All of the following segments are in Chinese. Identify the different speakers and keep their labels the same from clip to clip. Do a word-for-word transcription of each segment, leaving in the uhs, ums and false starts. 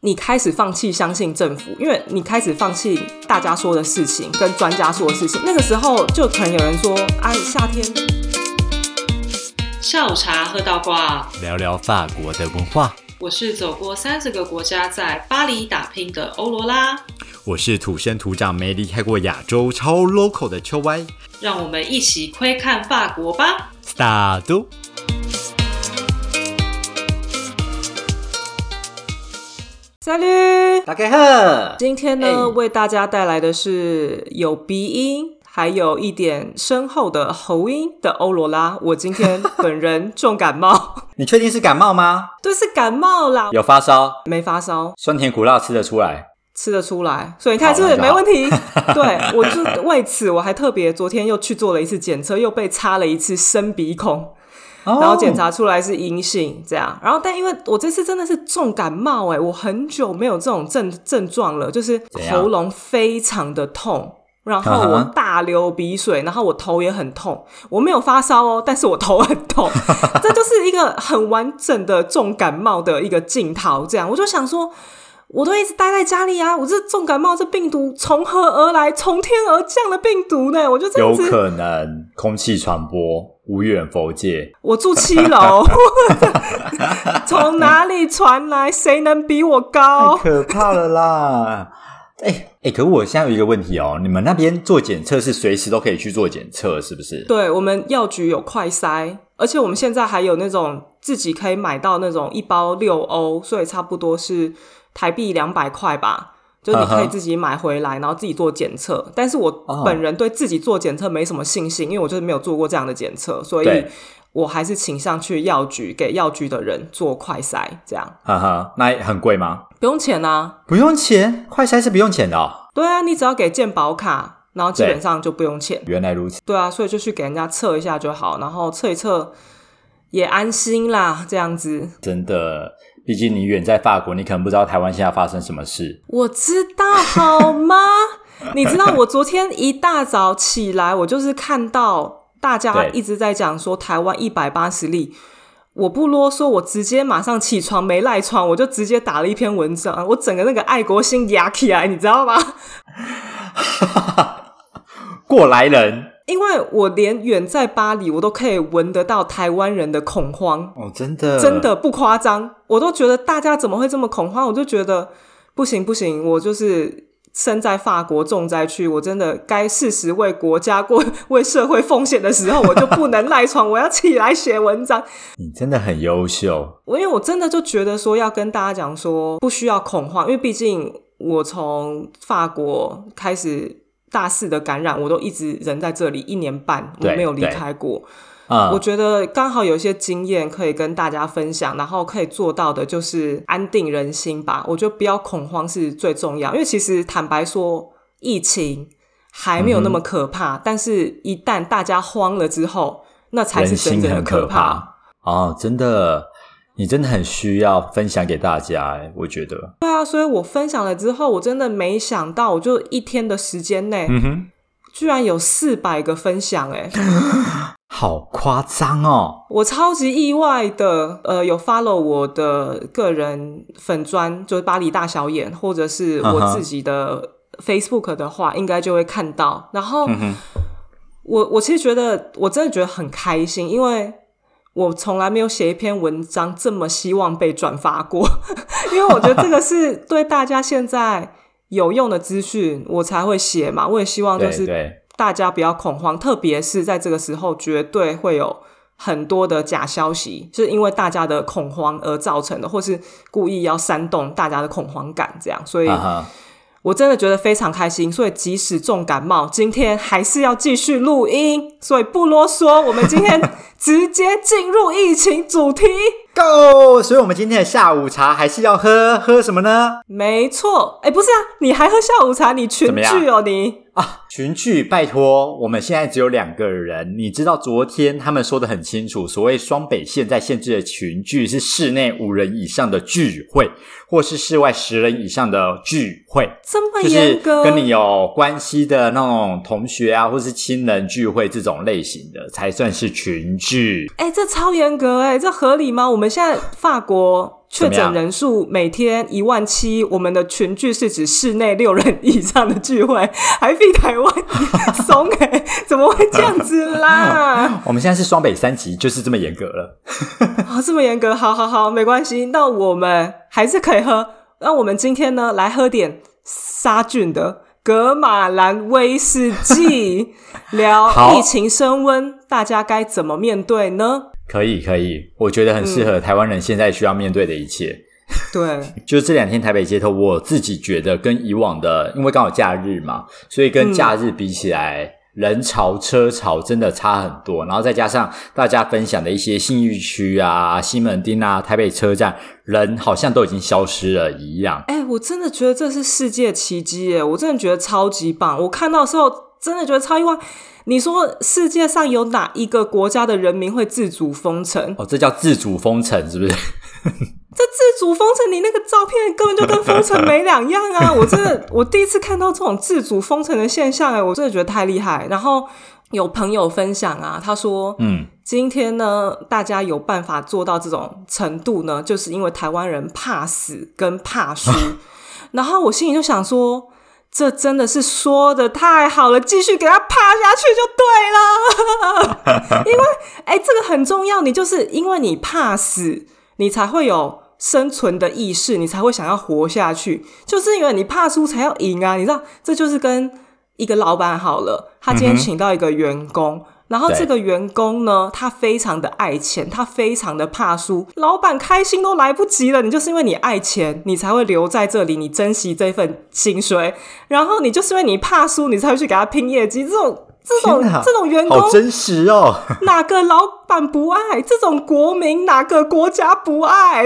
Speaker 1: 你开始放弃相信政府，因为你开始放弃大家说的事情跟专家说的事情，那个时候就可能有人说啊，夏天
Speaker 2: 下午茶喝到挂，
Speaker 3: 聊聊法国的文化。
Speaker 2: 我是走过三十个国家，在巴黎打拼的欧罗拉。
Speaker 3: 我是土生土长没离开过亚洲超 local 的秋歪。
Speaker 2: 让我们一起窥看法国吧。
Speaker 3: Start。
Speaker 1: Salut，
Speaker 4: 大家好。
Speaker 1: 今天呢、
Speaker 4: 欸、
Speaker 1: 为大家带来的是有鼻音还有一点深厚的喉音的欧罗拉。我今天本人重感冒。
Speaker 4: 你确定是感冒吗？
Speaker 1: 对，是感冒啦。
Speaker 4: 有发烧？
Speaker 1: 没发烧。
Speaker 4: 酸甜苦辣吃得出来？
Speaker 1: 吃得出来，所以你看是不是没问题？对，我就为此我还特别昨天又去做了一次检测，又被插了一次深鼻孔。然后检查出来是阴性，这样。然后，但因为我这次真的是重感冒、欸，哎，我很久没有这种症症状了，就是喉咙非常的痛，然后我大流鼻水，然后我头也很痛。我没有发烧哦，但是我头很痛，这就是一个很完整的重感冒的一个镜头。这样，我就想说，我都一直待在家里啊，我这重感冒这病毒从何而来？从天而降的病毒呢？我就这样子，
Speaker 4: 有可能空气传播。无远弗届，
Speaker 1: 我住七楼，从哪里传来？谁能比我高？
Speaker 4: 太可怕了啦！哎、欸、哎、欸，可是我现在有一个问题哦，你们那边做检测是随时都可以去做检测，是不是？
Speaker 1: 对，我们药局有快筛，而且我们现在还有那种自己可以买到那种一包六欧，所以差不多是台币两百块吧。就是你可以自己买回来，然后自己做检测。但是我本人对自己做检测没什么信心，因为我就是没有做过这样的检测，所以我还是倾向去药局给药局的人做快筛，这样。
Speaker 4: 哈哈，那很贵吗？
Speaker 1: 不用钱啊，
Speaker 4: 不用钱，快筛是不用钱的哦。
Speaker 1: 对啊，你只要给健保卡，然后基本上就不用钱。
Speaker 4: 原来如此。
Speaker 1: 对啊，所以就去给人家测一下就好，然后测一测也安心啦，这样子。
Speaker 4: 真的。毕竟你远在法国，你可能不知道台湾现在发生什么事。
Speaker 1: 我知道好吗？你知道我昨天一大早起来，我就是看到大家一直在讲说台湾一百八十例，我不啰嗦，我直接马上起床没赖床，我就直接打了一篇文章，我整个那个爱国心压起来，你知道吗？
Speaker 4: 过来人。
Speaker 1: 因为我连远在巴黎我都可以闻得到台湾人的恐慌
Speaker 4: 哦，真的
Speaker 1: 真的不夸张，我都觉得大家怎么会这么恐慌，我就觉得不行不行，我就是身在法国重灾区，我真的该适时为国家过为社会奉献的时候，我就不能赖床，我要起来写文章。
Speaker 4: 你真的很优秀。
Speaker 1: 因为我真的就觉得说要跟大家讲说不需要恐慌，因为毕竟我从法国开始大肆的感染，我都一直人在这里一年半，我没有离开过、嗯、我觉得刚好有一些经验可以跟大家分享，然后可以做到的就是安定人心吧。我觉得不要恐慌是最重要，因为其实坦白说疫情还没有那么可怕、嗯、但是一旦大家慌了之后，那才是真正的可怕,
Speaker 4: 可怕哦，真的你真的很需要分享给大家耶，我觉得。
Speaker 1: 对啊，所以我分享了之后，我真的没想到，我就一天的时间内、嗯、哼居然有四百个分享耶
Speaker 4: 好夸张哦，
Speaker 1: 我超级意外的。呃，有 follow 我的个人粉专，就是巴黎大小眼，或者是我自己的 Facebook 的话、uh-huh. 应该就会看到。然后、嗯、我我其实觉得我真的觉得很开心，因为我从来没有写一篇文章这么希望被转发过因为我觉得这个是对大家现在有用的资讯我才会写嘛，我也希望就是大家不要恐慌，特别是在这个时候绝对会有很多的假消息，就是因为大家的恐慌而造成的，或是故意要煽动大家的恐慌感这样，所以、uh-huh.我真的觉得非常开心，所以即使重感冒今天还是要继续录音，所以不啰嗦，我们今天直接进入疫情主题
Speaker 4: Go！ 所以我们今天的下午茶还是要喝喝什么呢？
Speaker 1: 没错，诶不是啊，你还喝下午茶，你群聚哦你
Speaker 4: 啊，群聚拜托，我们现在只有两个人，你知道昨天他们说得很清楚，所谓双北现在限制的群聚是室内五人以上的聚会，或是室外十人以上的聚会，
Speaker 1: 这么严格，
Speaker 4: 就是跟你有关系的那种同学啊，或是亲人聚会这种类型的才算是群聚。
Speaker 1: 诶这超严格诶这合理吗？我们现在法国确诊人数每天一万七，我们的群聚是指室内六人以上的聚会，还比台湾松欸，怎么会这样子啦？
Speaker 4: 我们现在是双北三级，就是这么严格了。
Speaker 1: 啊，这么严格，好好好，没关系，那我们还是可以喝。那我们今天呢，来喝点杀菌的噶玛兰威士忌，聊疫情升温，大家该怎么面对呢？
Speaker 4: 可以可以，我觉得很适合台湾人现在需要面对的一切。
Speaker 1: 对，
Speaker 4: 就这两天台北街头，我自己觉得跟以往的，因为刚好假日嘛，所以跟假日比起来、嗯、人潮车潮真的差很多，然后再加上大家分享的一些信义区啊、西门町啊、台北车站，人好像都已经消失了一样。
Speaker 1: 哎、欸，我真的觉得这是世界奇迹耶，我真的觉得超级棒，我看到的时候真的觉得超意外。你说世界上有哪一个国家的人民会自主封城？
Speaker 4: 哦，这叫自主封城是不是？
Speaker 1: 这自主封城，你那个照片根本就跟封城没两样啊！我真的，我第一次看到这种自主封城的现象，哎，我真的觉得太厉害。然后有朋友分享啊，他说，嗯，今天呢，大家有办法做到这种程度呢，就是因为台湾人怕死跟怕输。然后我心里就想说，这真的是说的太好了，继续给他趴下去就对了。因为哎，这个很重要，你就是因为你怕死，你才会有生存的意识，你才会想要活下去，就是因为你怕输才要赢啊！你知道，这就是跟一个老板好了，他今天请到一个员工、嗯、然后这个员工呢，他非常的爱钱，他非常的怕输，老板开心都来不及了，你就是因为你爱钱，你才会留在这里，你珍惜这份薪水，然后你就是因为你怕输，你才会去给他拼业绩，这种这种这种员工
Speaker 4: 好真实哦，
Speaker 1: 哪个老板不爱？这种国民哪个国家不爱？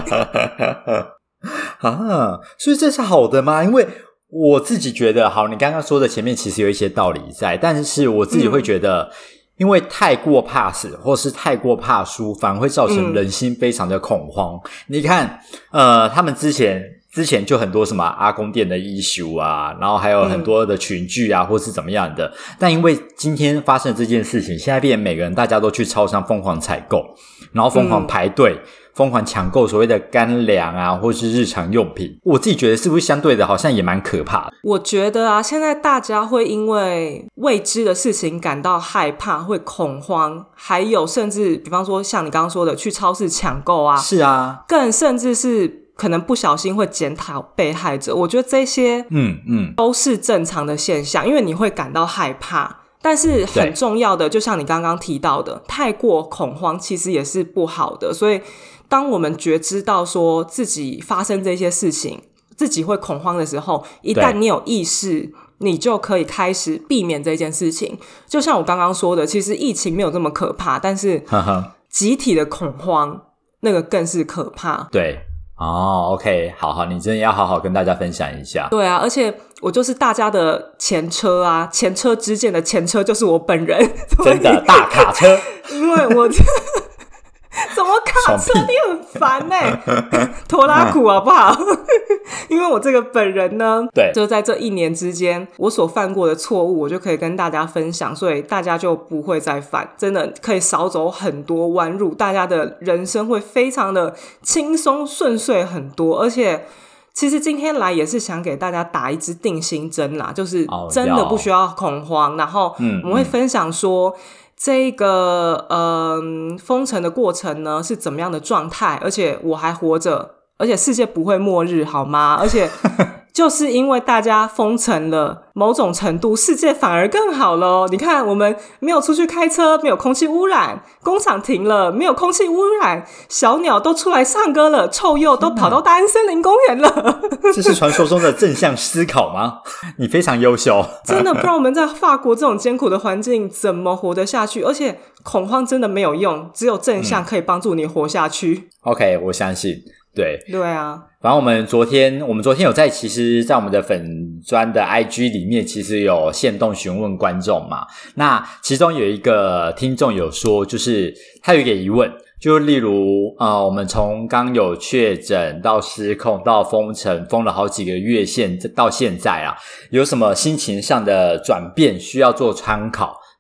Speaker 4: 啊，所以这是好的吗？因为我自己觉得，好，你刚刚说的前面其实有一些道理在，但是我自己会觉得、嗯、因为太过怕死或是太过怕输，反而会造成人心非常的恐慌、嗯、你看呃，他们之前之前就很多什么阿公店的issue啊，然后还有很多的群聚啊、嗯、或是怎么样的，但因为今天发生这件事情，现在变成每个人大家都去超商疯狂采购，然后疯狂排队、嗯疯狂抢购所谓的干粮啊，或是日常用品，我自己觉得是不是相对的好像也蛮可怕的。
Speaker 1: 我觉得啊，现在大家会因为未知的事情感到害怕，会恐慌，还有甚至比方说像你刚刚说的去超市抢购啊，
Speaker 4: 是啊，
Speaker 1: 更甚至是可能不小心会检讨被害者，我觉得这些嗯嗯都是正常的现象，因为你会感到害怕，但是很重要的就像你刚刚提到的，太过恐慌其实也是不好的，所以当我们觉知到说自己发生这些事情，自己会恐慌的时候，一旦你有意识，你就可以开始避免这件事情。就像我刚刚说的，其实疫情没有这么可怕，但是集体的恐慌那个更是可怕。
Speaker 4: 对，哦 OK， 好好，你真的要好好跟大家分享一下。
Speaker 1: 对啊，而且我就是大家的前车啊，前车之鉴的前车就是我本人，
Speaker 4: 真的大卡车。
Speaker 1: 因为我怎么卡车你很烦欸拖拉苦好不好因为我这个本人呢，对，就在这一年之间我所犯过的错误我就可以跟大家分享，所以大家就不会再犯，真的可以少走很多弯路，大家的人生会非常的轻松顺遂很多。而且其实今天来也是想给大家打一支定心针啦，就是真的不需要恐慌、oh, 然后我们会分享说、嗯嗯这个呃封城的过程呢是怎么样的状态，而且我还活着，而且世界不会末日好吗？而且就是因为大家封城了，某种程度世界反而更好了。你看我们没有出去开车，没有空气污染，工厂停了，没有空气污染，小鸟都出来唱歌了，臭鼬都跑到大安森林公园了
Speaker 4: 这是传说中的正向思考吗？你非常优秀
Speaker 1: 真的，不然我们在法国这种艰苦的环境怎么活得下去？而且恐慌真的没有用，只有正向可以帮助你活下去、
Speaker 4: 嗯、OK， 我相信。对
Speaker 1: 对啊，
Speaker 4: 反正我们昨天我们昨天有在其实在我们的粉专的 I G 里面其实有限动询问观众嘛，那其中有一个听众有说，就是他有一个疑问，就例如呃，我们从刚有确诊到失控到封城封了好几个月现到现在啊，有什么心情上的转变需要做参考？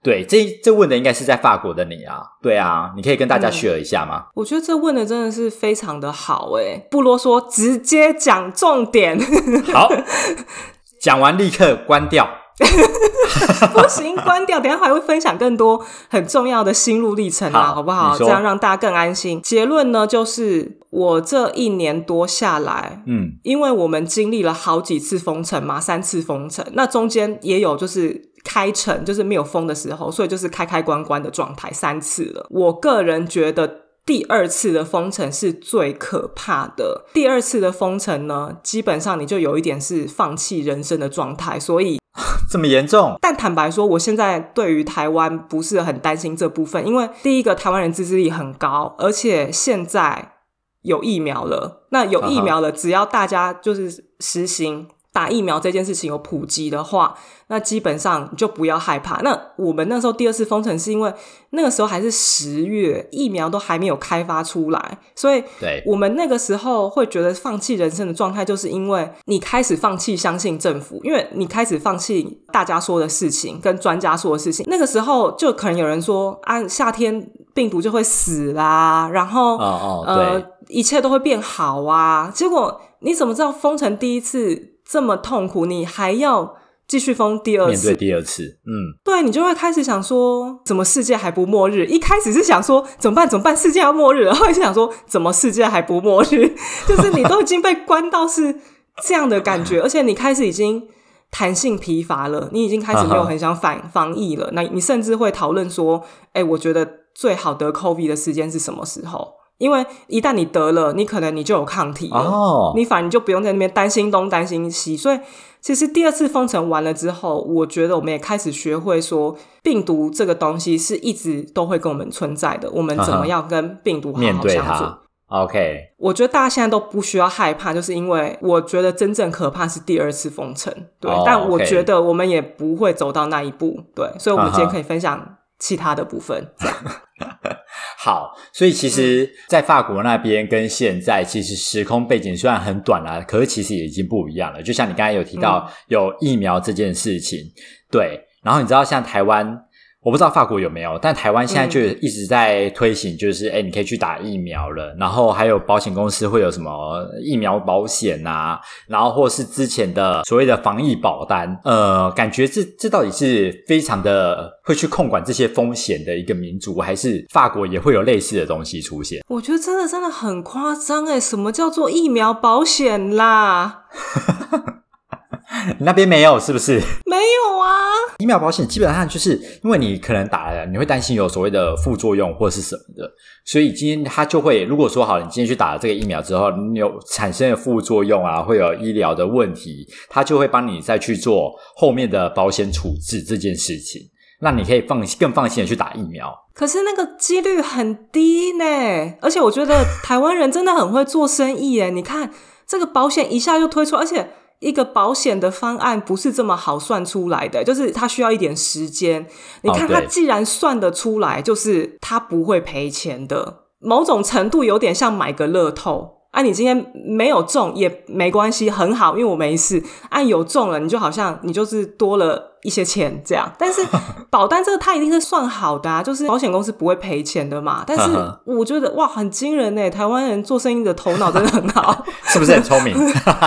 Speaker 4: 对，这这问的应该是在法国的你啊。对啊，你可以跟大家 share 一下吗？
Speaker 1: 嗯、我觉得这问的真的是非常的好诶，不啰嗦，直接讲重点。
Speaker 4: 好，讲完立刻关掉。
Speaker 1: 不行，关掉，等一下还会分享更多很重要的心路历程啊， 好, 好不好？这样让大家更安心。结论呢，就是我这一年多下来，嗯，因为我们经历了好几次封城嘛，三次封城，那中间也有就是开城，就是没有封的时候，所以就是开开关关的状态，三次了。我个人觉得第二次的封城是最可怕的。第二次的封城呢，基本上你就有一点是放弃人生的状态，所以
Speaker 4: 这么严重？
Speaker 1: 但坦白说，我现在对于台湾不是很担心这部分，因为第一个，台湾人自制力很高，而且现在有疫苗了。那有疫苗了，只要大家就是实行打疫苗这件事情有普及的话，那基本上就不要害怕。那我们那时候第二次封城是因为那个时候还是十月，疫苗都还没有开发出来，所以我们那个时候会觉得放弃人生的状态，就是因为你开始放弃相信政府，因为你开始放弃大家说的事情跟专家说的事情。那个时候就可能有人说啊，夏天病毒就会死啦，然后
Speaker 4: 哦哦
Speaker 1: 呃一切都会变好啊。结果你怎么知道封城第一次这么痛苦，你还要继续封第二次，
Speaker 4: 面对第二次，嗯，
Speaker 1: 对，你就会开始想说怎么世界还不末日。一开始是想说怎么办怎么办世界要末日，然后就想说怎么世界还不末日，就是你都已经被关到是这样的感觉，而且你开始已经弹性疲乏了，你已经开始没有很想反防疫了。那你甚至会讨论说诶我觉得最好得 COVID 的时间是什么时候，因为一旦你得了，你可能你就有抗体了，哦，你反而你就不用在那边担心东担心西。所以其实第二次封城完了之后，我觉得我们也开始学会说病毒这个东西是一直都会跟我们存在的，我们怎么样跟病毒好好相处，面对它。
Speaker 4: OK，
Speaker 1: 我觉得大家现在都不需要害怕，就是因为我觉得真正可怕是第二次封城，对， oh, okay. 但我觉得我们也不会走到那一步，对，所以我们今天可以分享其他的部分，这样。
Speaker 4: 好，所以其实在法国那边跟现在其实时空背景虽然很短啦，可是其实也已经不一样了。就像你刚才有提到有疫苗这件事情，嗯，对，然后你知道像台湾，我不知道法国有没有，但台湾现在就一直在推行，就是诶，嗯，你可以去打疫苗了，然后还有保险公司会有什么疫苗保险啊，然后或是之前的所谓的防疫保单，呃，感觉这这到底是非常的会去控管这些风险的一个民族，还是法国也会有类似的东西出现？
Speaker 1: 我觉得真的真的很夸张诶，什么叫做疫苗保险啦？
Speaker 4: 那边没有是不是？
Speaker 1: 没有啊，
Speaker 4: 疫苗保险基本上就是因为你可能打了，你会担心有所谓的副作用或是什么的，所以今天他就会，如果说好，你今天去打了这个疫苗之后，你有产生的副作用啊，会有医疗的问题，他就会帮你再去做后面的保险处置这件事情，让你可以放更放心的去打疫苗。
Speaker 1: 可是那个几率很低呢，而且我觉得台湾人真的很会做生意耶，你看这个保险一下就推出，而且一个保险的方案不是这么好算出来的，就是它需要一点时间。你看它既然算得出来，就是它不会赔钱的，某种程度有点像买个乐透啊，你今天没有中也没关系，很好，因为我没事啊，有中了你就好像你就是多了一些钱这样。但是保单这个它一定是算好的啊，就是保险公司不会赔钱的嘛。但是我觉得哇很惊人耶，台湾人做生意的头脑真的很好
Speaker 4: 是不是很聪明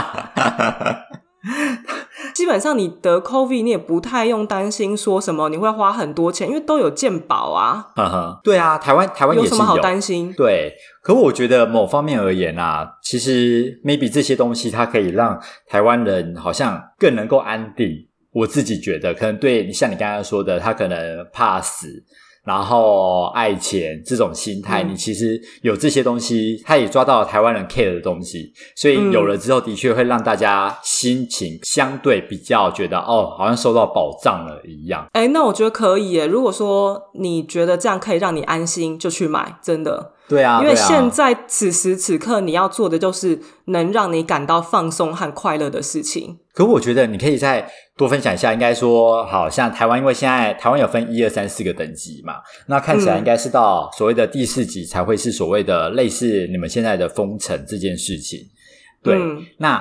Speaker 1: 基本上你得 COVID 你也不太用担心说什么你会花很多钱，因为都有健保啊
Speaker 4: 对啊，台湾台湾也是有，
Speaker 1: 有什么好担心？
Speaker 4: 对，可我觉得某方面而言啊，其实 maybe 这些东西它可以让台湾人好像更能够安定。我自己觉得可能对像你刚才说的，他可能怕死然后爱钱这种心态，嗯，你其实有这些东西，他也抓到了台湾人 care 的东西，所以有了之后的确会让大家心情相对比较觉得哦，好像受到保障了一样。
Speaker 1: 诶那我觉得可以耶，如果说你觉得这样可以让你安心就去买，真的。
Speaker 4: 对啊，
Speaker 1: 因为现在此时此刻你要做的就是能让你感到放松和快乐的事情。
Speaker 4: 可我觉得你可以再多分享一下，应该说好像台湾，因为现在台湾有分一二三四个等级嘛，那看起来应该是到所谓的第四级才会是所谓的类似你们现在的封城这件事情。对，嗯，那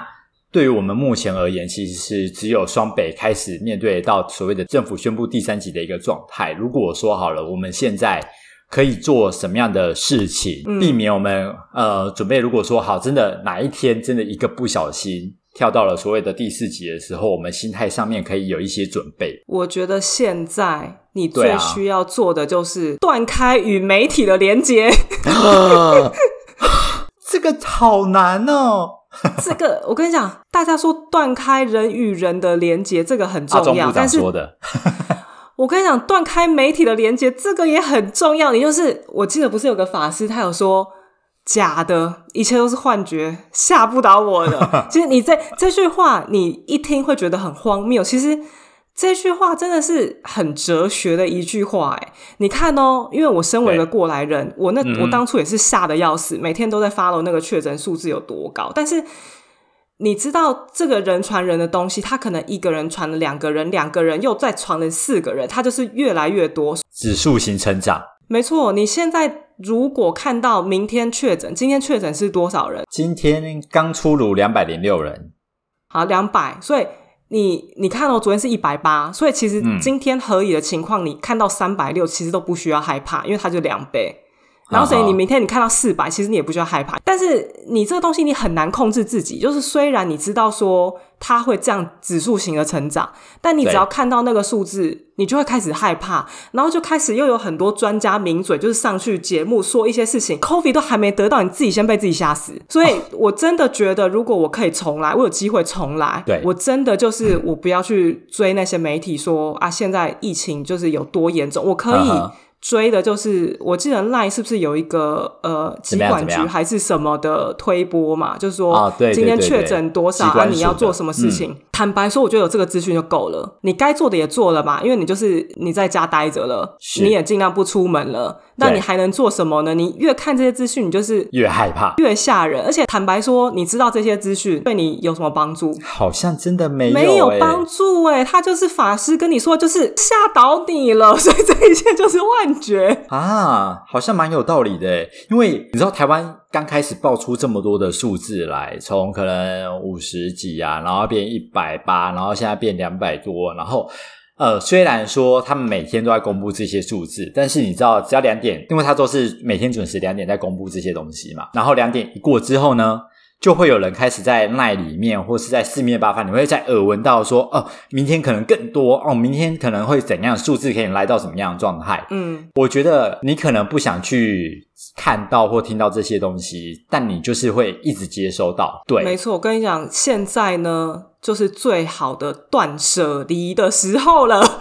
Speaker 4: 对于我们目前而言，其实是只有双北开始面对到所谓的政府宣布第三级的一个状态。如果说好了，我们现在可以做什么样的事情，嗯、避免我们呃准备，如果说好真的哪一天真的一个不小心跳到了所谓的第四级的时候，我们心态上面可以有一些准备。
Speaker 1: 我觉得现在你最需要做的就是断开与媒体的连结。
Speaker 4: 啊、这个好难哦。
Speaker 1: 这个我跟你讲，大家说断开人与人的连结，这个很重要。
Speaker 4: 阿中部长说的。
Speaker 1: 我跟你讲，断开媒体的连结，这个也很重要。你就是我记得不是有个法师，他有说假的，一切都是幻觉，吓不倒我的。其实你这这句话，你一听会觉得很荒谬。其实这句话真的是很哲学的一句话。哎，你看哦，因为我身为一个过来人，我那、嗯、我当初也是吓得要死，每天都在 follow 那个确诊数字有多高。但是你知道这个人传人的东西，他可能一个人传了两个人，两个人又再传了四个人，他就是越来越多，
Speaker 4: 指数型成长。
Speaker 1: 没错，你现在如果看到明天确诊，今天确诊是多少人？
Speaker 4: 今天刚出炉两百零六人。
Speaker 1: 好，两百，所以你你看哦，昨天是一百八，所以其实今天合理的情况、嗯、你看到三百六其实都不需要害怕，因为它就两倍。然后所以你明天你看到四百，其实你也不需要害怕。但是你这个东西你很难控制自己，就是虽然你知道说它会这样指数型的成长，但你只要看到那个数字，你就会开始害怕，然后就开始又有很多专家名嘴就是上去节目说一些事情 ，COVID 都还没得到，你自己先被自己吓死。所以我真的觉得，如果我可以重来，我有机会重来，
Speaker 4: 对，
Speaker 1: 我真的就是我不要去追那些媒体说啊，现在疫情就是有多严重，我可以。Uh-huh.追的就是我记得 LINE 是不是有一个呃疾管局还是什么的推播嘛，就是说、啊、对对对对今天确诊多少啊，你要做什么事情、嗯、坦白说我觉得有这个资讯就够了，你该做的也做了嘛，因为你就是你在家待着了，你也尽量不出门了，那你还能做什么呢？你越看这些资讯你就是
Speaker 4: 越害怕越
Speaker 1: 吓人，而且坦白说你知道这些资讯对你有什么帮助？
Speaker 4: 好像真的没有、欸、
Speaker 1: 没有帮助耶、欸、他就是法师跟你说就是吓倒你了，所以这一切就是幻觉
Speaker 4: 啊，好像蛮有道理的耶。因为你知道台湾刚开始爆出这么多的数字来，从可能五十几啊，然后变一百八，然后现在变两百多，然后呃，虽然说他们每天都在公布这些数字，但是你知道只要两点，因为他都是每天准时两点在公布这些东西嘛，然后两点一过之后呢，就会有人开始在LINE里面或是在四面八方，你会在耳闻到说哦，明天可能更多哦，明天可能会怎样，数字可以来到什么样的状态。嗯，我觉得你可能不想去看到或听到这些东西，但你就是会一直接收到。对，
Speaker 1: 没错，我跟你讲，现在呢就是最好的断舍离的时候了。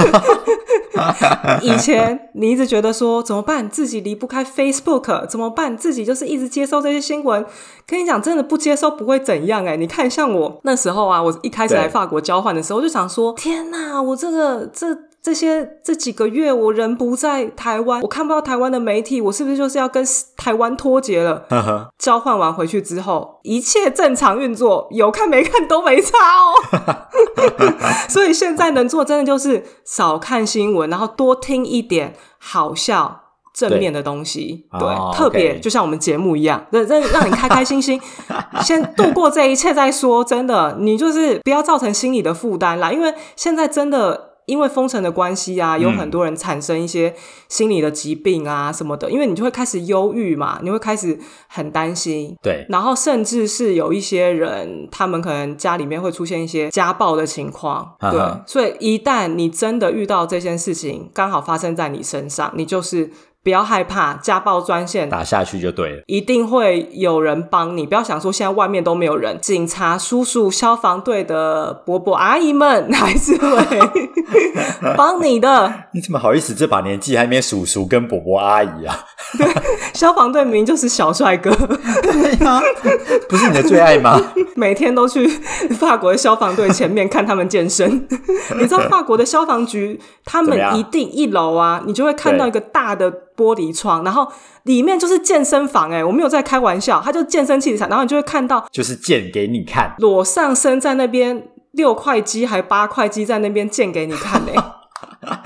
Speaker 1: 以前你一直觉得说怎么办，自己离不开 Facebook 怎么办，自己就是一直接收这些新闻，跟你讲真的不接收不会怎样欸。你看像我那时候啊，我一开始来法国交换的时候，我就想说天哪，我这个这这些这几个月我人不在台湾，我看不到台湾的媒体，我是不是就是要跟台湾脱节了？交换完回去之后一切正常运作，有看没看都没差哦。所以现在能做真的就是少看新闻，然后多听一点好笑正面的东西。 对, 对、哦、特别、okay. 就像我们节目一样，让让你开开心心先度过这一切再说。真的你就是不要造成心理的负担啦，因为现在真的因为封城的关系啊，有很多人产生一些心理的疾病啊什么的、嗯、因为你就会开始忧郁嘛，你会开始很担心。
Speaker 4: 对，
Speaker 1: 然后甚至是有一些人他们可能家里面会出现一些家暴的情况。对，所以一旦你真的遇到这件事情刚好发生在你身上，你就是不要害怕，家暴专线
Speaker 4: 打下去就对了，
Speaker 1: 一定会有人帮你。不要想说现在外面都没有人，警察叔叔消防队的伯伯阿姨们还是会帮你的。
Speaker 4: 你怎么好意思这把年纪还没叔叔跟伯伯阿姨啊？
Speaker 1: 对，消防队明明就是小帅哥。
Speaker 4: 对啊，不是你的最爱吗？
Speaker 1: 每天都去法国的消防队前面看他们健身。你知道法国的消防局他们一定一楼啊，你就会看到一个大的玻璃窗，然后里面就是健身房。欸，我没有在开玩笑，它就健身器材，然后你就会看到
Speaker 4: 就是健给你看，
Speaker 1: 裸上身在那边六块肌还八块肌在那边健给你看。欸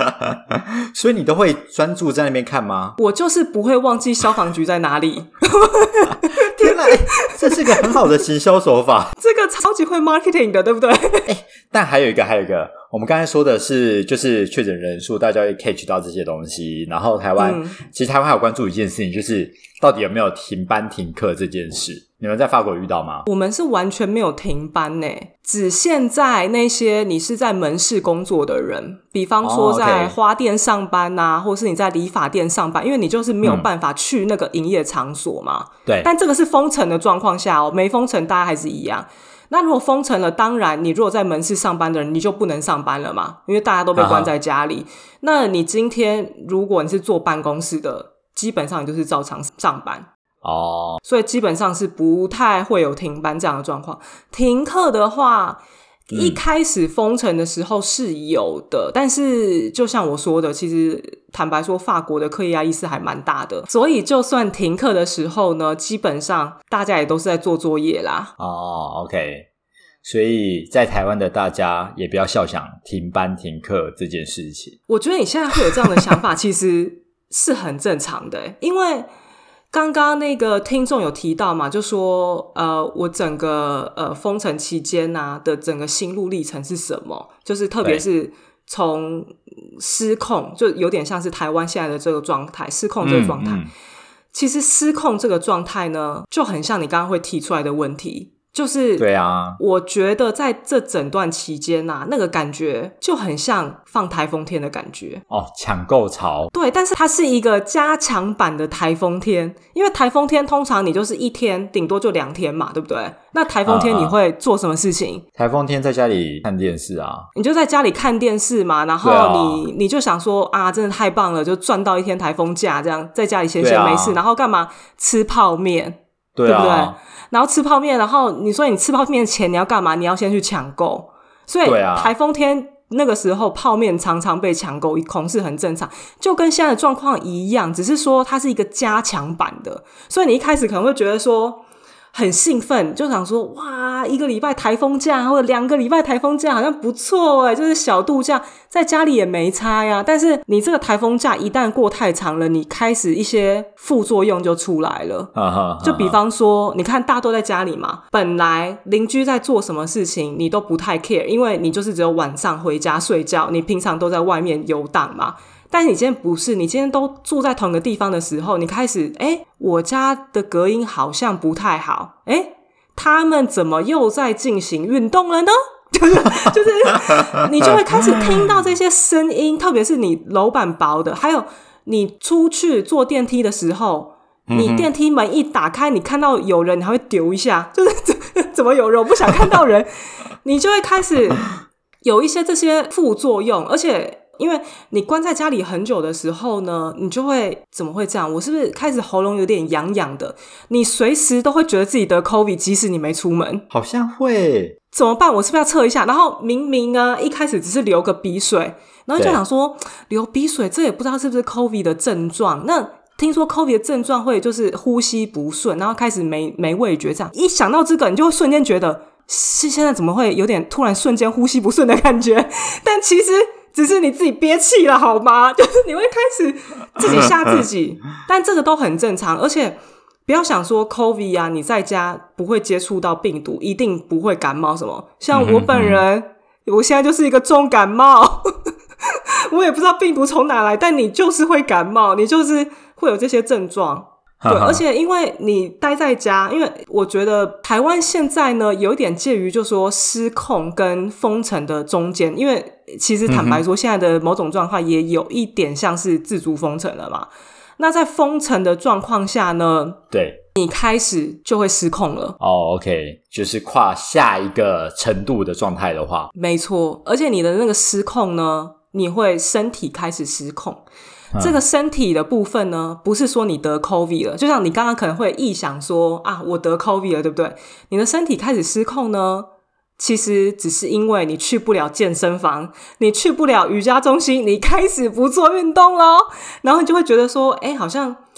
Speaker 4: 所以你都会专注在那边看吗？
Speaker 1: 我就是不会忘记消防局在哪里。
Speaker 4: 天哪，这是个很好的行销手法。
Speaker 1: 这个超级会 marketing 的，对不对？
Speaker 4: 欸，但还有一个还有一个我们刚才说的是就是确诊人数大家会 catch 到这些东西，然后台湾、嗯、其实台湾还有关注一件事情，就是到底有没有停班停课这件事。你们在法国遇到吗？
Speaker 1: 我们是完全没有停班耶，只限在那些你是在门市工作的人，比方说在花店上班啊、oh, okay. 或是你在理发店上班，因为你就是没有办法去那个营业场所嘛、嗯、对。但这个是封城的状况下哦，没封城大家还是一样。那如果封城了，当然你如果在门市上班的人你就不能上班了嘛，因为大家都被关在家里。那你今天如果你是坐办公室的，基本上你就是照常上班哦，所以基本上是不太会有停班这样的状况。停课的话、嗯、一开始封城的时候是有的，但是就像我说的，其实坦白说法国的课业压力是还蛮大的，所以就算停课的时候呢，基本上大家也都是在做作业啦。
Speaker 4: 哦 OK， 所以在台湾的大家也不要笑想停班停课这件事情。
Speaker 1: 我觉得你现在会有这样的想法其实是很正常的，因为刚刚那个听众有提到嘛，就说呃，我整个呃封城期间啊的整个心路历程是什么？就是特别是从失控，就有点像是台湾现在的这个状态，失控这个状态、嗯嗯。其实失控这个状态呢，就很像你刚刚会提出来的问题。就是对啊，我觉得在这整段期间啊，那个感觉就很像放台风天的感觉
Speaker 4: 哦，抢购潮。
Speaker 1: 对，但是它是一个加强版的台风天，因为台风天通常你就是一天顶多就两天嘛，对不对？那台风天你会做什么事情？
Speaker 4: 台风天在家里看电视啊，
Speaker 1: 你就在家里看电视嘛，然后你、啊、你就想说啊，真的太棒了，就赚到一天台风假，这样在家里闲闲没事、啊、然后干嘛？吃泡面，对、啊、对不对？然后吃泡面，然后你说你吃泡面前你要干嘛？你要先去抢购，所以台风天那个时候泡面常常被抢购一空是很正常，就跟现在的状况一样，只是说它是一个加强版的，所以你一开始可能会觉得说很兴奋，就想说哇，一个礼拜台风假或者两个礼拜台风假好像不错耶，就是小度假，在家里也没差呀。但是你这个台风假一旦过太长了，你开始一些副作用就出来了。啊哈啊哈，就比方说你看大家都在家里嘛，本来邻居在做什么事情你都不太 care， 因为你就是只有晚上回家睡觉，你平常都在外面游荡嘛。但是你今天不是，你今天都住在同一个地方的时候，你开始诶我家的隔音好像不太好，诶他们怎么又在进行运动了呢？就是就是你就会开始听到这些声音，特别是你楼板薄的，还有你出去坐电梯的时候，你电梯门一打开，你看到有人你还会丢一下，就是怎么有人我不想看到人，你就会开始有一些这些副作用。而且因为你关在家里很久的时候呢，你就会怎么会这样？我是不是开始喉咙有点痒痒的？你随时都会觉得自己得 COVID， 即使你没出门。
Speaker 4: 好像会。
Speaker 1: 怎么办？我是不是要测一下？然后明明啊，一开始只是流个鼻水，然后就想说流鼻水，这也不知道是不是 COVID 的症状。那听说 COVID 的症状会就是呼吸不顺，然后开始没没味觉，这样一想到这个，你就会瞬间觉得是现在怎么会有点突然瞬间呼吸不顺的感觉？但其实只是你自己憋气了好吗？就是你会开始自己吓自己但这个都很正常。而且不要想说 COVID 啊，你在家不会接触到病毒，一定不会感冒什么。像我本人、嗯、我现在就是一个重感冒我也不知道病毒从哪来，但你就是会感冒，你就是会有这些症状。对，而且因为你待在家，因为我觉得台湾现在呢有一点介于就说失控跟封城的中间，因为其实坦白说现在的某种状况也有一点像是自主封城了嘛。那在封城的状况下呢，对，你开始就会失控了。
Speaker 4: 哦、oh, OK， 就是跨下一个程度的状态的话，
Speaker 1: 没错。而且你的那个失控呢，你会身体开始失控。嗯、这个身体的部分呢，不是说你得 COVID 了，就像你刚刚可能会臆想说啊，我得 COVID 了，对不对？你的身体开始失控呢，其实只是因为你去不了健身房，你去不了瑜伽中心，你开始不做运动咯，然后你就会觉得说诶好像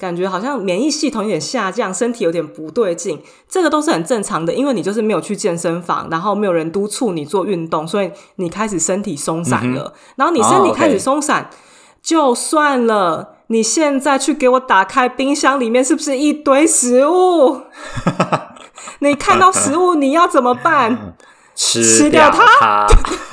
Speaker 1: 感觉好像免疫系统有点下降，身体有点不对劲，这个都是很正常的，因为你就是没有去健身房，然后没有人督促你做运动，所以你开始身体松散了、嗯、然后你身体开始松散、oh, okay. 就算了，你现在去给我打开冰箱里面是不是一堆食物你看到食物你要怎么办？
Speaker 4: 吃掉它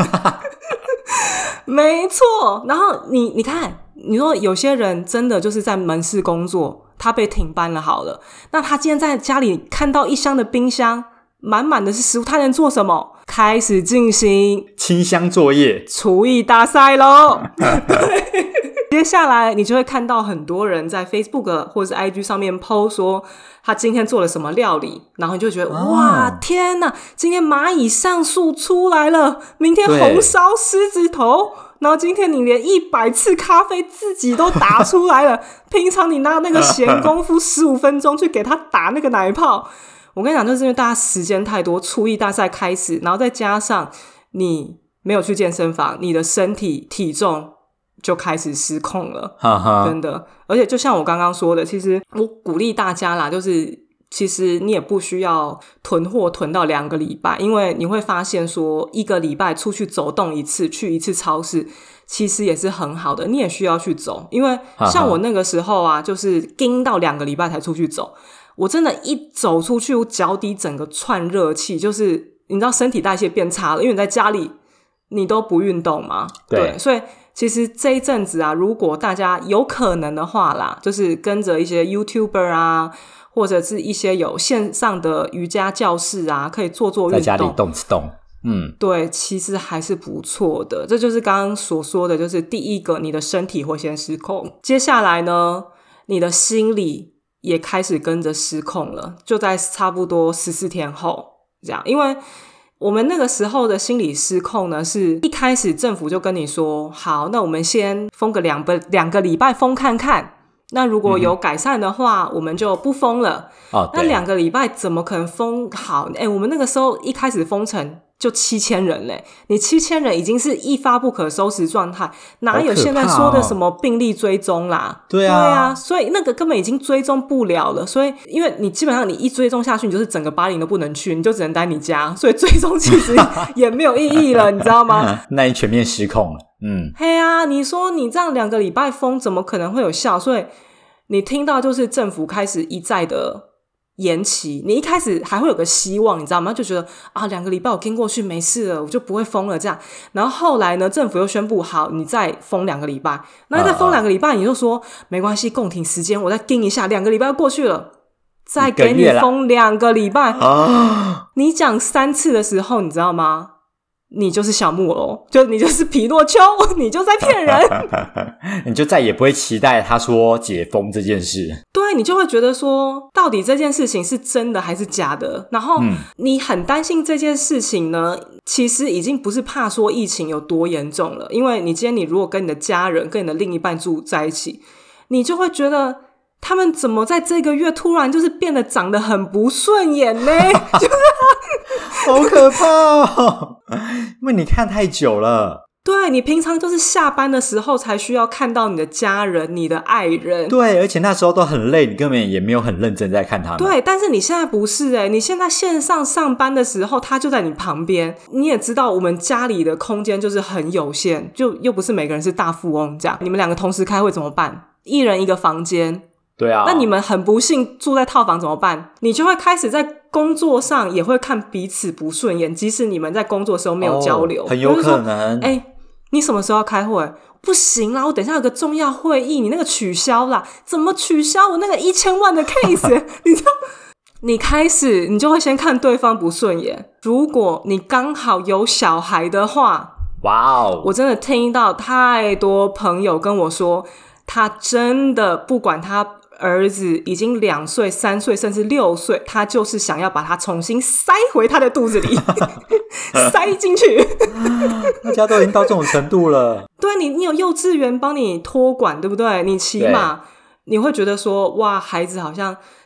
Speaker 1: 没错。然后你你看，你说有些人真的就是在门市工作，他被停班了好了，那他今天在家里看到一箱的冰箱满满的是食物，他能做什么？开始进行
Speaker 4: 清箱作业，
Speaker 1: 厨艺大赛咯对，接下来你就会看到很多人在 Facebook 或者是 I G 上面 po 说他今天做了什么料理，然后你就觉得、哦、哇天哪，今天蚂蚁上树出来了，明天红烧狮子头，然后今天你连一百次咖啡自己都打出来了平常你拿那个闲工夫十五分钟去给他打那个奶泡，我跟你讲，就是因为大家时间太多，厨艺大赛开始，然后再加上你没有去健身房，你的身体体重就开始失控了哈哈真的。而且就像我刚刚说的，其实我鼓励大家啦，就是其实你也不需要囤货囤到两个礼拜，因为你会发现说一个礼拜出去走动一次，去一次超市其实也是很好的，你也需要去走。因为像我那个时候啊，就是盯到两个礼拜才出去走，我真的一走出去我脚底整个窜热气，就是你知道身体代谢变差了，因为你在家里你都不运动嘛。 对, 对，所以其实这一阵子啊，如果大家有可能的话啦，就是跟着一些 YouTuber 啊，或者是一些有线上的瑜伽教室啊，可以做做运动，
Speaker 4: 在家里动次动。嗯，
Speaker 1: 对，其实还是不错的。这就是刚刚所说的，就是第一个，你的身体会先失控，接下来呢，你的心理也开始跟着失控了，就在差不多十四天后这样。因为我们那个时候的心理失控呢，是一开始政府就跟你说，好，那我们先封个两个两个礼拜封看看，那如果有改善的话、嗯、我们就不封了。哦，那两个礼拜怎么可能封好？诶，我们那个时候一开始封城就七千人嘞，你七千人已经是一发不可收拾状态，哪有现在说的什么病例追踪啦？
Speaker 4: 对啊，
Speaker 1: 对啊，所以那个根本已经追踪不了了。所以因为你基本上你一追踪下去，你就是整个巴黎都不能去，你就只能待你家，所以追踪其实也没有意义了，你知道吗？
Speaker 4: 那你全面失控了。嗯，
Speaker 1: 嘿啊，你说你这样两个礼拜封，怎么可能会有效？所以你听到就是政府开始一再的延期，你一开始还会有个希望，你知道吗？就觉得啊，两个礼拜我跟过去没事了，我就不会封了这样。然后后来呢，政府又宣布好，你再封两个礼拜，那再封两个礼拜，你就说没关系，共体时间，我再跟一下，两个礼拜要过去了，再给你封两个礼拜。你讲三次的时候，你知道吗？你就是小木偶，就你就是皮诺丘，你就在骗人
Speaker 4: 你就再也不会期待他说解封这件事。
Speaker 1: 对，你就会觉得说到底这件事情是真的还是假的，然后你很担心这件事情呢，其实已经不是怕说疫情有多严重了，因为你今天你如果跟你的家人跟你的另一半住在一起，你就会觉得他们怎么在这个月突然就是变得长得很不顺眼呢就是
Speaker 4: 好可怕哦，因为你看太久了。
Speaker 1: 对，你平常就是下班的时候才需要看到你的家人你的爱人，
Speaker 4: 对，而且那时候都很累，你根本也没有很认真在看他们。
Speaker 1: 对，但是你现在不是耶，你现在线上上班的时候他就在你旁边，你也知道我们家里的空间就是很有限，就又不是每个人是大富翁这样，你们两个同时开会怎么办？一人一个房间。
Speaker 4: 对啊，
Speaker 1: 那你们很不幸住在套房怎么办？你就会开始在工作上也会看彼此不顺眼，即使你们在工作的时候没有交流、
Speaker 4: 哦、很有可能。
Speaker 1: 哎、欸，你什么时候要开会？不行啦，我等一下有个重要会议，你那个取消啦。怎么取消？我那个一千万的 case 你知道，你开始你就会先看对方不顺眼。如果你刚好有小孩的话，
Speaker 4: 哇哦，
Speaker 1: 我真的听到太多朋友跟我说，他真的不管他儿子已经两岁、三岁，甚至六岁，他就是想要把他重新塞回他的肚子里，塞进去。
Speaker 4: 大家都已经到这种程度了。
Speaker 1: 对，你，你有幼稚园帮你托管，对不对？你起码你会觉得说，哇，孩子好像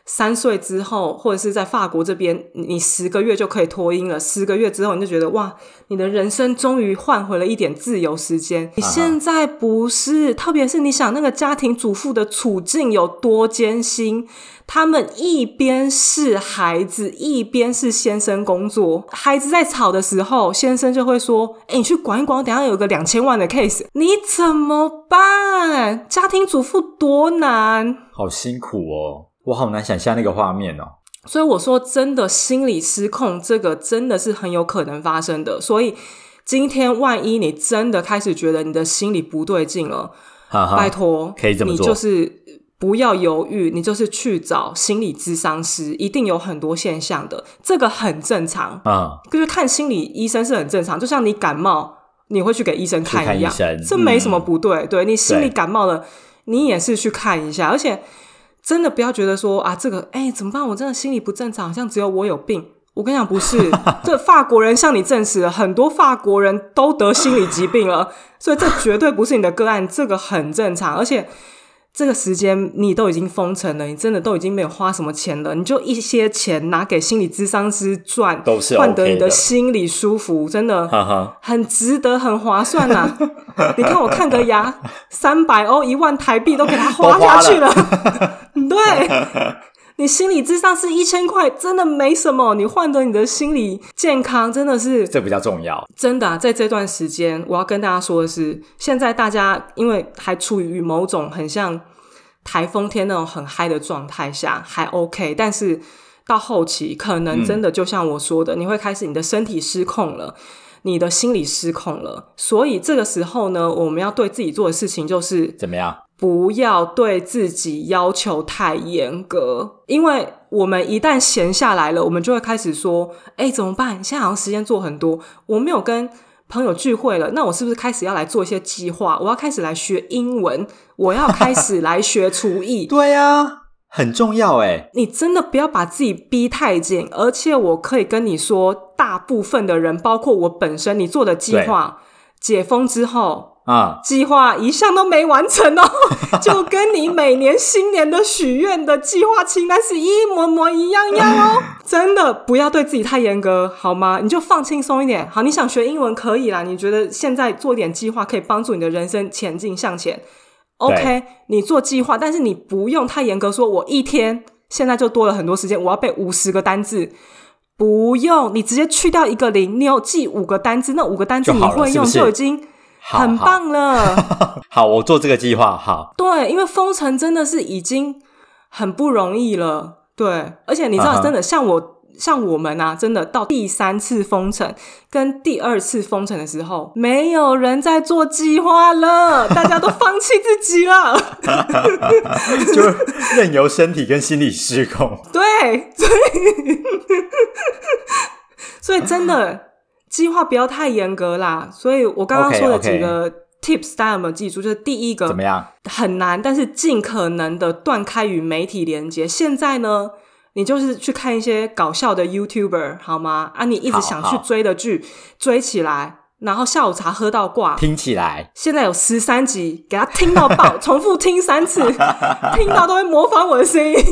Speaker 1: 三岁之后，或者是在法国这边，你十个月就可以脱音了，十个月之后你就觉得哇，你的人生终于换回了一点自由时间。你现在不是，特别是你想那个家庭主妇的处境有多艰辛，他们一边是孩子，一边是先生工作，孩子在吵的时候，先生就会说，欸，你去管一管，我等一下有个两千万的 case， 你怎么办？家庭主妇多难，
Speaker 4: 好辛苦哦，我好难想象那个画面哦。
Speaker 1: 所以我说真的，心理失控这个真的是很有可能发生的。所以今天万一你真的开始觉得你的心理不对劲了，
Speaker 4: 哈哈，
Speaker 1: 拜托
Speaker 4: 可以这么做，
Speaker 1: 你就是不要犹豫，你就是去找心理咨商师，一定有很多现象的，这个很正常。嗯，就是看心理医生是很正常，就像你感冒你会去给医生看一样，这没什么不对。嗯，对，你心里感冒了你也是去看一下，而且真的不要觉得说啊，这个哎怎么办？我真的心理不正常，好像只有我有病。我跟你讲，不是，这法国人向你证实了，很多法国人都得心理疾病了，所以这绝对不是你的个案，这个很正常。而且这个时间你都已经封城了，你真的都已经没有花什么钱了，你就一些钱拿给心理咨商师赚，
Speaker 4: 都是 OK 的，
Speaker 1: 换得你的心理舒服，真的很值得，很划算啊！你看我看个牙，三百欧、一万台币都给他花下去了，对。你心理咨商是一千块，真的没什么。你换得你的心理健康，真的是
Speaker 4: 这比较重要。真
Speaker 1: 的啊，在这段时间，我要跟大家说的是，现在大家因为还处于某种很像台风天那种很嗨的状态下，还 OK， 但是到后期可能真的就像我说的，嗯，你会开始你的身体失控了，你的心理失控了。所以这个时候呢，我们要对自己做的事情就是
Speaker 4: 怎么样？
Speaker 1: 不要对自己要求太严格，因为我们一旦闲下来了，我们就会开始说，诶，怎么办？现在好像时间做很多，我没有跟朋友聚会了，那我是不是开始要来做一些计划？我要开始来学英文，我要开始来学厨艺。
Speaker 4: 对啊，很重要耶。你
Speaker 1: 真的不要把自己逼太紧，而且我可以跟你说，大部分的人，包括我本身，你做的计划解封之后啊，计划一项都没完成哦，就跟你每年新年的许愿的计划清单是一模模一样样哦。真的不要对自己太严格好吗？你就放轻松一点。好，你想学英文可以啦，你觉得现在做一点计划可以帮助你的人生前进向前， OK， 你做计划，但是你不用太严格，说我一天现在就多了很多时间，我要背五十个单字，不用，你直接去掉一个零，你有记五个单字，那五个单字你会用就已经很棒了。
Speaker 4: 好, 好, 好，我做这个计划。好，
Speaker 1: 对，因为封城真的是已经很不容易了。对，而且你知道，真的、uh-huh. 像我像我们啊，真的到第三次封城跟第二次封城的时候，没有人在做计划了，大家都放弃自己了，
Speaker 4: 就任由身体跟心理失控。
Speaker 1: 对，所以所以真的计划不要太严格啦。所以我刚刚说的几个 tips 大家有没有记住？就是第一个，
Speaker 4: 怎么样？
Speaker 1: 很难，但是尽可能的断开与媒体连接。现在呢，你就是去看一些搞笑的 YouTuber 好吗？啊，你一直想去追的剧追起来，然后下午茶喝到挂，
Speaker 4: 听起来
Speaker 1: 现在有十三集，给他听到爆，重复听三次，听到都会模仿我的声音。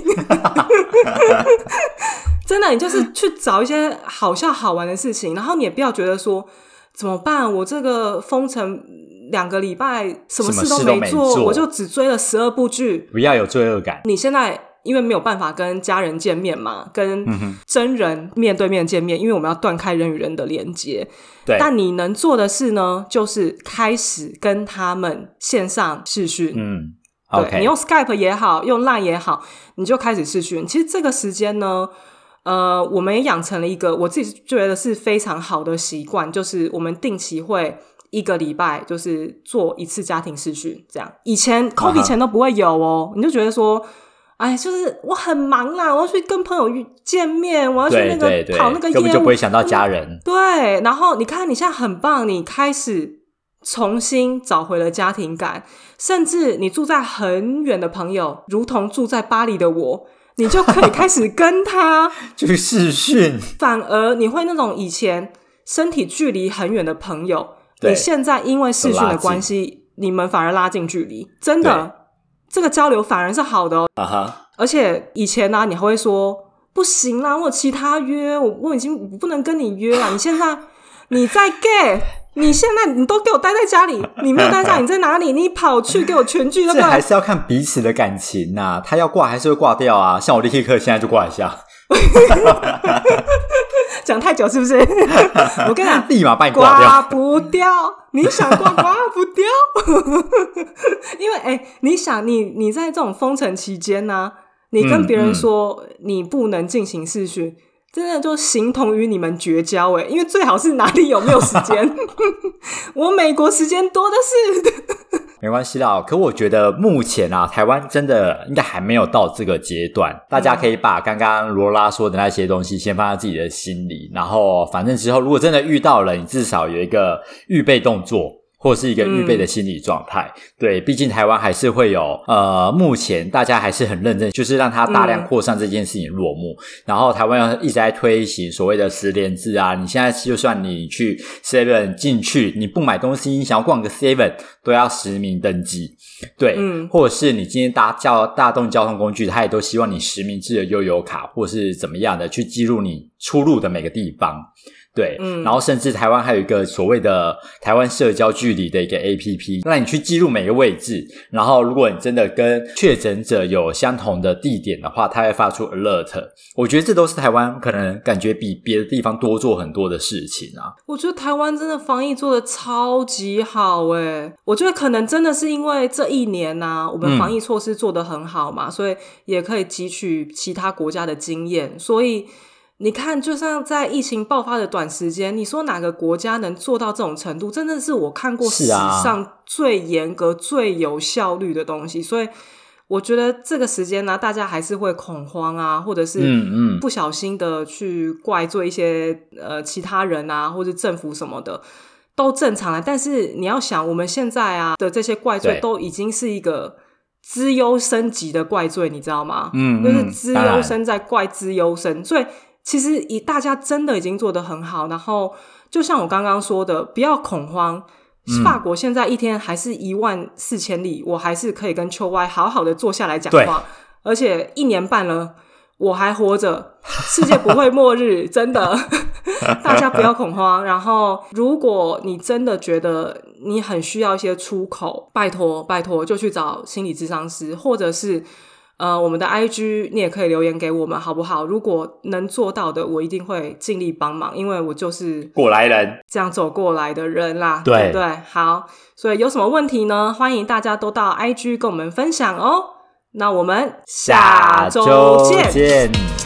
Speaker 1: 真的，你就是去找一些好笑好玩的事情，然后你也不要觉得说怎么办，我这个封城两个礼拜什么事都没 做,
Speaker 4: 什么事都没做，
Speaker 1: 我就只追了十二部剧，
Speaker 4: 不要有罪恶感。
Speaker 1: 你现在因为没有办法跟家人见面嘛，跟真人面对面见面，因为我们要断开人与人的连接。对，但你能做的事呢，就是开始跟他们线上视讯。嗯，对， okay. 你用 Skype 也好，用 Line 也好，你就开始视讯。其实这个时间呢，呃，我们也养成了一个我自己觉得是非常好的习惯，就是我们定期会一个礼拜就是做一次家庭视讯，这样。以前 COVID 前都不会有哦，你就觉得说哎，就是我很忙啦，我要去跟朋友见面，我要去那个
Speaker 4: 对对对
Speaker 1: 跑那个业务，
Speaker 4: 根本就不会想到家人。
Speaker 1: 对，然后你看你现在很棒，你开始重新找回了家庭感，甚至你住在很远的朋友，如同住在巴黎的我，你就可以开始跟他
Speaker 4: 就是视讯，
Speaker 1: 反而你会那种以前身体距离很远的朋友，你现在因为视讯的关系，你们反而拉近距离，真的。这个交流反而是好的哦， uh-huh. 而而且以前呢、啊，你还会说不行啦，我有其他约，我我已经不能跟你约了。你现在你在 gay， 你现在你都给我待在家里，你没有待在家，你在哪里？你跑去给我全聚，对不对？
Speaker 4: 这还是要看彼此的感情呐、啊，他要挂还是会挂掉啊。像我立刻现在就挂一下。
Speaker 1: 讲太久是不是？我跟你讲，
Speaker 4: 立马把你挂掉，
Speaker 1: 挂不掉。你想挂挂不掉，因为哎、欸，你想你你在这种封城期间呢、啊，你跟别人说你不能进行视讯。嗯嗯真的就形同于你们绝交诶，因为最好是哪里有没有时间我美国时间多的是
Speaker 4: 没关系啦，可我觉得目前啊，台湾真的应该还没有到这个阶段，大家可以把刚刚罗拉说的那些东西先放在自己的心里，然后反正之后如果真的遇到了，你至少有一个预备动作或是一个预备的心理状态、嗯、对，毕竟台湾还是会有呃，目前大家还是很认真，就是让它大量扩散这件事情落幕、嗯、然后台湾一直在推行所谓的实联制啊，你现在就算你去 seven 进去，你不买东西，你想要逛个 seven 都要实名登记，对、嗯、或者是你今天搭叫大众交通工具，他也都希望你实名制的悠游卡或是怎么样的去记录你出入的每个地方，对、嗯，然后甚至台湾还有一个所谓的台湾社交距离的一个 A P P， 让你去记录每个位置，然后如果你真的跟确诊者有相同的地点的话，它会发出 alert。 我觉得这都是台湾可能感觉比别的地方多做很多的事情啊。
Speaker 1: 我觉得台湾真的防疫做得超级好耶，我觉得可能真的是因为这一年啊，我们防疫措施做得很好嘛、嗯、所以也可以汲取其他国家的经验，所以你看就像在疫情爆发的短时间，你说哪个国家能做到这种程度，真的是我看过史上最严格、最有效率的东西，所以我觉得这个时间呢、啊，大家还是会恐慌啊，或者是不小心的去怪罪一些呃其他人啊，或者政府什么的都正常啊。但是你要想我们现在啊的这些怪罪都已经是一个资优生级的怪罪，你知道吗？嗯，就是资优生在怪资优生，所以其实以大家真的已经做得很好，然后就像我刚刚说的，不要恐慌。嗯、法国现在一天还是一万四千例，我还是可以跟秋歪好好的坐下来讲话，而且一年半了，我还活着，世界不会末日，真的。大家不要恐慌。然后，如果你真的觉得你很需要一些出口，拜托拜托，就去找心理咨商师，或者是。呃，我们的 I G 你也可以留言给我们好不好？如果能做到的，我一定会尽力帮忙，因为我就是
Speaker 4: 过来人，
Speaker 1: 这样走过来的人啦，
Speaker 4: 对
Speaker 1: 对不对？好，所以有什么问题呢？欢迎大家都到 I G 跟我们分享哦。那我们下周见。